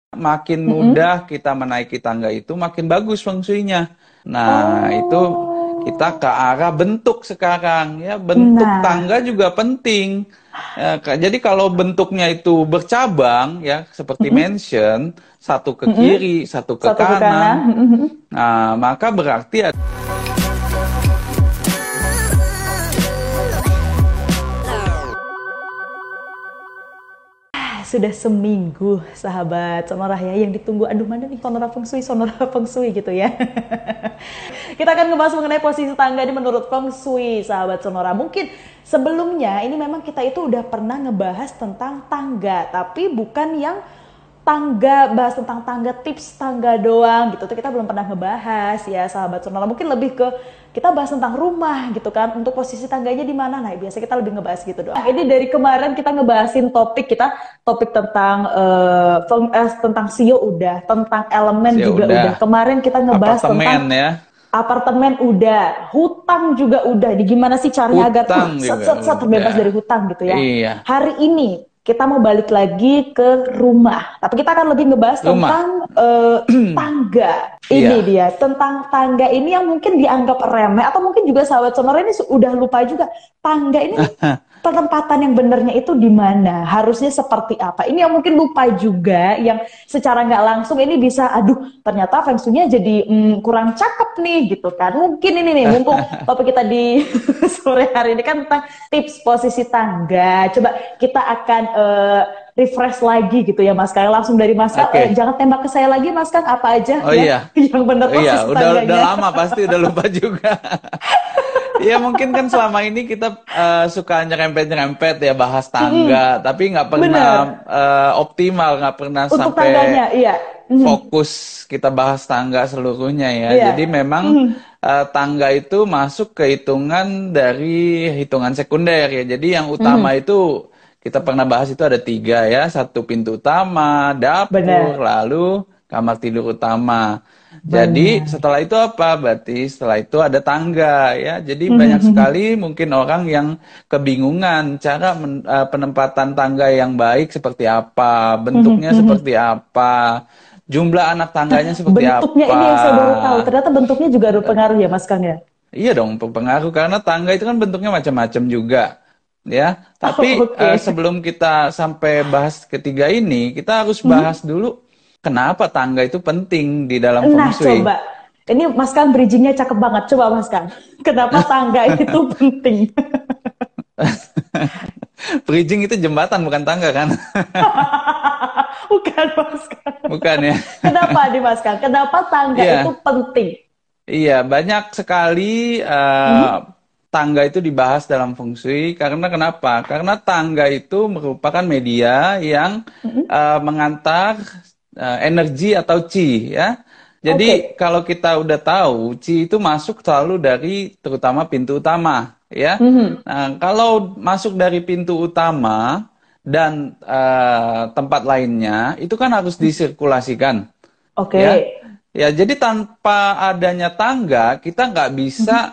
makin Mm-mm. mudah kita menaiki tangga itu, makin bagus feng shui-nya. Nah, itu kita ke Oh, arah bentuk sekarang ya. Bentuk nah, tangga juga penting. Ya, jadi kalau bentuknya itu bercabang ya, seperti mm-mm. mansion, satu ke Mm-mm. kiri, satu ke Satu ke kanan. kanan. Mm-mm. Nah, maka berarti Sudah seminggu, sahabat Sonora ya, yang ditunggu. Aduh, mana nih Sonora Feng Shui gitu ya. Kita akan ngebahas mengenai posisi tangga ini menurut Feng Shui, sahabat Sonora. Mungkin sebelumnya ini memang kita itu udah pernah ngebahas tentang tangga, tapi bukan yang tangga, bahas tentang tangga, tips tangga doang gitu. Tuh kita belum pernah ngebahas ya, sahabat Sonora. Mungkin lebih ke kita bahas tentang rumah gitu kan, untuk posisi tangganya di mana. Nah, biasa kita lebih ngebahas gitu doang. Ini dari kemarin kita ngebahasin topik tentang tentang sio udah, tentang elemen ya juga udah udah. Kemarin kita ngebahas apartemen tentang ya, apartemen udah, hutang juga udah. Di gimana sih caranya agar utang set juga set set udah. terbebas dari hutang gitu ya. Iya, Hari ini kita mau balik lagi ke rumah, tapi kita akan lebih ngebahas rumah. tentang tangga. Ini Iya. dia, tentang tangga ini yang mungkin dianggap remeh atau mungkin juga sahabat sonora ini udah lupa juga tangga ini penempatan yang benernya itu di mana, harusnya seperti apa. Ini yang mungkin lupa juga, yang secara nggak langsung ini bisa, aduh ternyata feng shui-nya jadi kurang cakep nih gitu kan. Mungkin ini nih, mumpung topik kita di sore hari ini kan tentang tips posisi tangga. Coba kita akan refresh lagi gitu ya Mas Kang. Langsung dari Mas Kang, Oke. jangan tembak ke saya lagi Mas Kang, apa aja Oh ya iya. yang bener Oh iya, posisi udah tangganya. lama pasti udah lupa juga. Ya mungkin kan selama ini kita suka nyerempet-nyerempet ya bahas tangga, tapi nggak pernah Bener, optimal, nggak pernah untuk sampai tangganya, iya. fokus kita bahas tangga seluruhnya ya. Iya. Jadi memang tangga itu masuk ke hitungan dari hitungan sekunder ya. Jadi yang utama Mhm. itu kita pernah bahas itu ada tiga ya. Satu pintu utama, dapur, Benar, lalu kamar tidur utama. Jadi benar. setelah itu apa? Berarti setelah itu ada tangga ya. Jadi banyak Mhm. sekali mungkin orang yang kebingungan cara penempatan tangga yang baik seperti apa, bentuknya seperti apa, jumlah anak tangganya seperti Bentuknya apa. ini yang saya baru tahu. Ternyata bentuknya juga berpengaruh ya, Mas Kang ya. Iya dong, berpengaruh karena tangga itu kan bentuknya macam-macam juga, ya. Tapi Oh, oke. sebelum kita sampai bahas ketiga ini, kita harus bahas Mhm. dulu kenapa tangga itu penting di dalam feng Nah, shui. coba. Ini Mas Kang bridgingnya cakep banget. Coba Mas Kang. Kenapa tangga itu penting? Bridging itu jembatan bukan tangga kan? Bukan Mas Kang. Bukan ya? Kenapa nih Mas Kang? Kenapa tangga itu Iya, penting? iya banyak sekali Mhm. tangga itu dibahas dalam feng shui karena kenapa? Karena tangga itu merupakan media yang Mhm. mengantar energi atau qi ya. Jadi Oke. kalau kita udah tahu qi itu masuk selalu dari terutama pintu utama ya. Mhm. Nah, kalau masuk dari pintu utama dan tempat lainnya itu kan harus disirkulasikan Oke. ya. Ya, jadi tanpa adanya tangga, kita nggak bisa Mhm.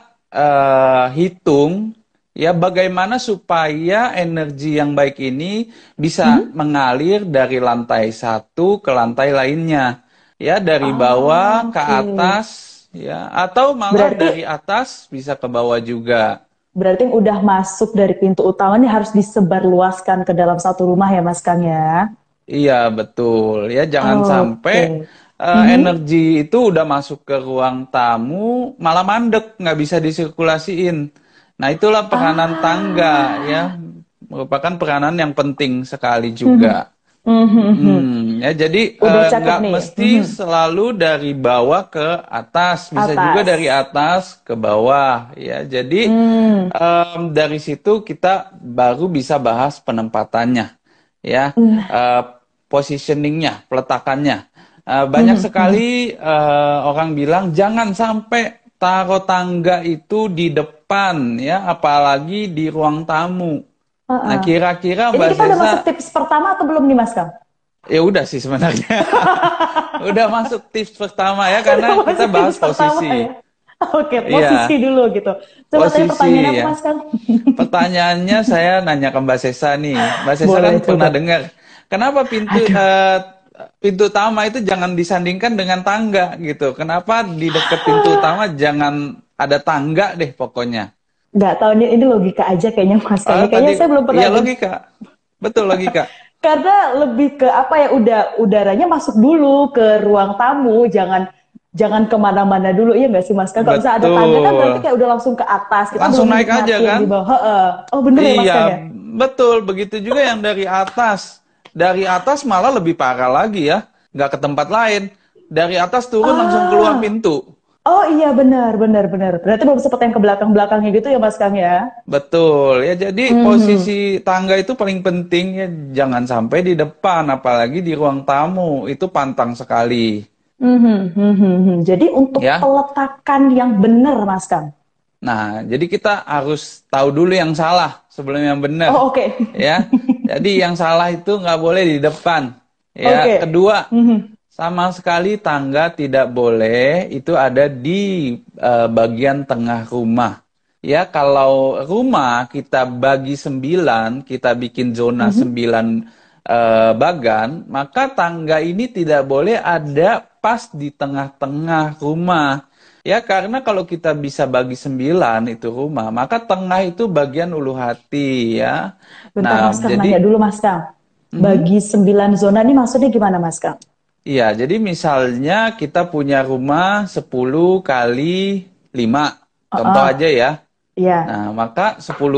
hitung ya bagaimana supaya energi yang baik ini bisa Mhm. mengalir dari lantai satu ke lantai lainnya. Ya, dari bawah ke Oke. atas ya, atau malah Berarti dari atas bisa ke bawah juga. berarti yang udah masuk dari pintu utama ini harus disebarluaskan ke dalam satu rumah ya Mas Kang ya. Iya, betul. Ya, jangan sampai Oke. Mhm. energi itu udah masuk ke ruang tamu, malah mandek, nggak bisa disirkulasiin. Nah, itulah peranan tangga, ya. Ah. Merupakan peranan yang penting sekali juga. Mhm. Mhm. Ya, jadi Udah cakep nggak nih. mesti Mhm. selalu dari bawah ke atas, bisa juga dari Atas. atas ke bawah, ya. Jadi Hmm. dari situ kita baru bisa bahas penempatannya, ya, Nah. Eh, positioningnya, peletakannya. Banyak Mhm. Mhm. sekali orang bilang jangan sampai taruh tangga itu di depan, ya, apalagi di ruang tamu. Nah, Heeh. kira-kira Ini Mbak kita udah Sesa, masuk tips pertama atau belum nih Mas Kang? ya udah sih sebenarnya. Udah masuk tips pertama ya, Udah karena kita masuk tips bahas pertama ya. posisi. Oke, posisi Iya, dulu gitu. Coba tanya pertanyaan posisi apa ya. Mas Kang? Pertanyaannya saya nanya ke Mbak Sesa nih. Mbak Sesa kan Boleh pernah coba. dengar, kenapa pintu Aduh. pintu utama itu jangan disandingkan dengan tangga gitu. Kenapa di dekat pintu utama jangan ada tangga deh pokoknya. Nggak tahu, ini logika aja kayaknya Mas Kang. Ah, Kayaknya tadi saya belum pernah ya logika. Betul logika. karena lebih ke apa ya, udaranya masuk dulu ke ruang tamu, jangan kemana-mana dulu, iya nggak sih Mas Kang? Kalau misalnya ada tangga kan berarti Betul. kayak udah langsung ke atas, kita Langsung belum naik aja menikmati yang kan? di bawah. Heeh. Oh bener ya Mas Iya, Kang ya? betul. Begitu juga yang dari atas. Dari atas malah lebih parah lagi ya. Nggak ke tempat lain. Dari atas turun langsung keluar Ah, pintu. oh iya benar. Berarti belum sempat yang ke belakang-belakangnya gitu ya Mas Kang ya? Betul. Ya jadi Mhm. posisi tangga itu paling penting ya. Jangan sampai di depan, apalagi di ruang tamu. Itu pantang sekali. Jadi untuk Ya. peletakan yang benar Mas Kang. Nah, jadi kita harus tahu dulu yang salah sebelum yang benar. Oh oke. Ya. Jadi yang salah itu nggak boleh di depan. Ya. Oke. Kedua, Mhm. sama sekali tangga tidak boleh itu ada di bagian tengah rumah. Ya, kalau rumah kita bagi 9, kita bikin zona Mhm. 9 bagan, maka tangga ini tidak boleh ada pas di tengah-tengah rumah. Ya, karena kalau kita bisa bagi 9 itu rumah, maka tengah itu bagian ulu hati ya. Bentar Nah, Mas Kang, nanya jadi dulu Mas Kang. mhm. Bagi 9 zona ini maksudnya gimana Mas Kang? Iya, jadi misalnya kita punya rumah 10 kali 5, contoh Heeh. aja ya. Iya. Nah, maka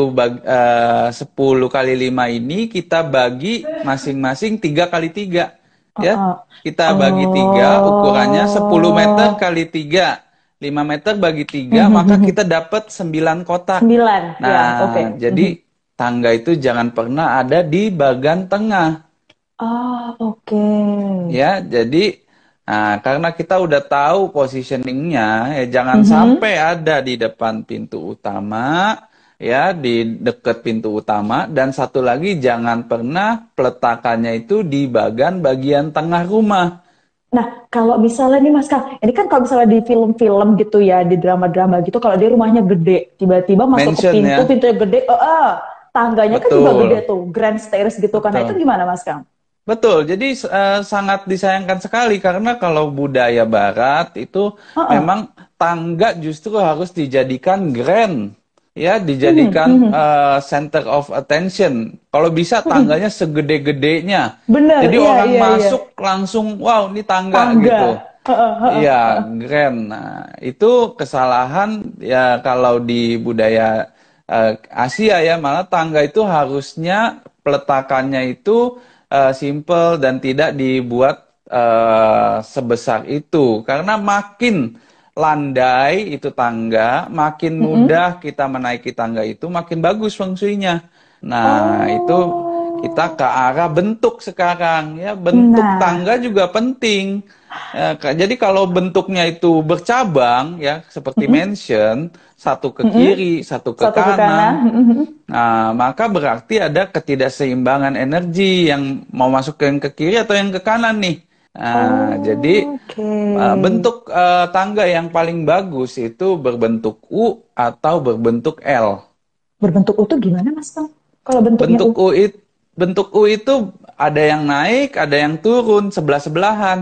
10 kali 5 ini kita bagi masing-masing 3 kali 3. Ya, Heeh. kita bagi 3, ukurannya 10 meter Oh. kali 3. 5 meter bagi 3, maka kita dapat 9 kotak. 9. Ya, oke. Nah, jadi tangga itu jangan pernah ada di bagian tengah. Oh, oke. Ya, jadi karena kita udah tahu positioningnya, ya jangan Mhm. sampai ada di depan pintu utama, ya di dekat pintu utama, dan satu lagi jangan pernah peletakannya itu di bagian tengah rumah. Nah, kalau misalnya nih Mas Kang, ini kan kalau misalnya di film-film gitu ya, di drama-drama gitu, kalau dia rumahnya gede, tiba-tiba masuk ke Mention pintu, ya, pintunya gede, tangganya kan juga gede betul, tuh, grand stairs gitu kan. Nah, itu betul. gimana Mas Kang? Betul, jadi sangat disayangkan sekali karena kalau budaya Barat itu Heeh. memang tangga justru harus dijadikan grand, ya, Mhm, dijadikan mhm, center of attention. Kalau bisa mhm. tangganya segede-gedenya, Bener, jadi iya, orang iya, iya. masuk langsung, wow, ini tangga Tangga. gitu. Heeh, heeh, Iya, heeh. grand. Nah, itu kesalahan ya kalau di budaya Asia ya, malah tangga itu harusnya peletakannya itu simple dan tidak dibuat sebesar itu. Karena makin landai itu tangga, makin Mhm. mudah kita menaiki tangga itu, makin bagus feng shui-nya. Nah, itu kita ke Oh, arah bentuk sekarang ya, bentuk nah, tangga juga penting. Ya, jadi kalau bentuknya itu bercabang ya seperti mhm, mansion, satu ke mhm. kiri, satu ke Satu ke kanan. kanan. Mhm. Nah, maka berarti ada ketidakseimbangan energi yang mau masuk ke kiri atau yang ke kanan nih. Nah, jadi Oke. bentuk tangga yang paling bagus itu berbentuk U atau berbentuk L. Berbentuk utuh gimana, Mas Kang? Kalau bentuknya Bentuk U? U itu, bentuk U itu ada yang naik, ada yang turun, sebelah-sebelahan.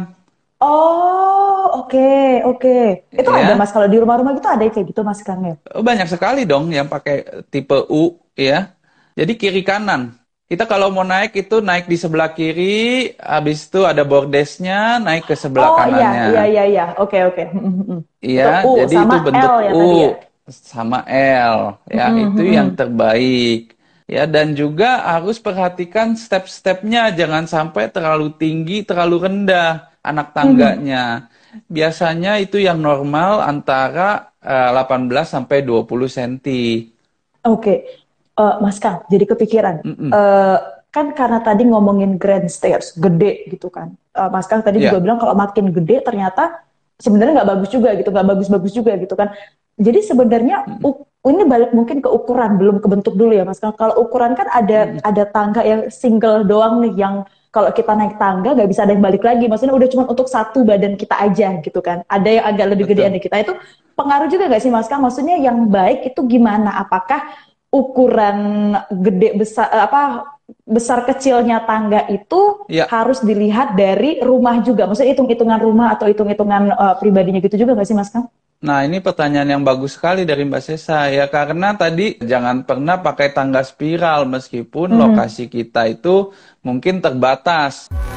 Oh, oke, oke. Itu ada, Ya. Mas, kalau di rumah-rumah gitu ada yang kayak gitu, Mas Kang ya? Oh, banyak sekali dong yang pakai tipe U ya. Jadi kiri kanan. Kita kalau mau naik itu naik di sebelah kiri, habis itu ada bordesnya, naik ke sebelah Oh, iya, iya, kanannya. iya, iya. Oke, oke. Iya, Itu U jadi sama itu L bentuk ya U tadi ya? sama L ya, itu yang terbaik. Ya, dan juga harus perhatikan step-stepnya, jangan sampai terlalu tinggi, terlalu rendah anak tangganya. Biasanya itu yang normal antara 18 sampai 20 cm. Oke, Mas Kang, jadi kepikiran. Mm-mm. Eh, kan karena tadi ngomongin grand stairs, gede gitu kan. Mas Kang tadi juga Ya, bilang kalau makin gede ternyata sebenarnya nggak bagus juga gitu, nggak bagus-bagus juga gitu kan. Jadi sebenarnya mm-mm. ini balik mungkin ke ukuran, belum ke bentuk dulu ya Mas Kang. Kalau ukuran kan Mm-mm. ada tangga yang single doang nih, yang kalau kita naik tangga nggak bisa ada yang balik lagi. Maksudnya udah cuma untuk satu badan kita aja gitu kan. Ada yang agak lebih gedean Betul. dari kita itu pengaruh juga nggak sih Mas Kang? Maksudnya yang baik itu gimana? Apakah ukuran gede besar apa besar kecilnya tangga itu Ya, harus dilihat dari rumah juga. Maksudnya hitung-hitungan rumah atau hitung-hitungan pribadinya gitu juga nggak sih Mas Kang? nah ini pertanyaan yang bagus sekali dari Mbak Sesa ya, karena tadi jangan pernah pakai tangga spiral meskipun Mhm. lokasi kita itu mungkin terbatas.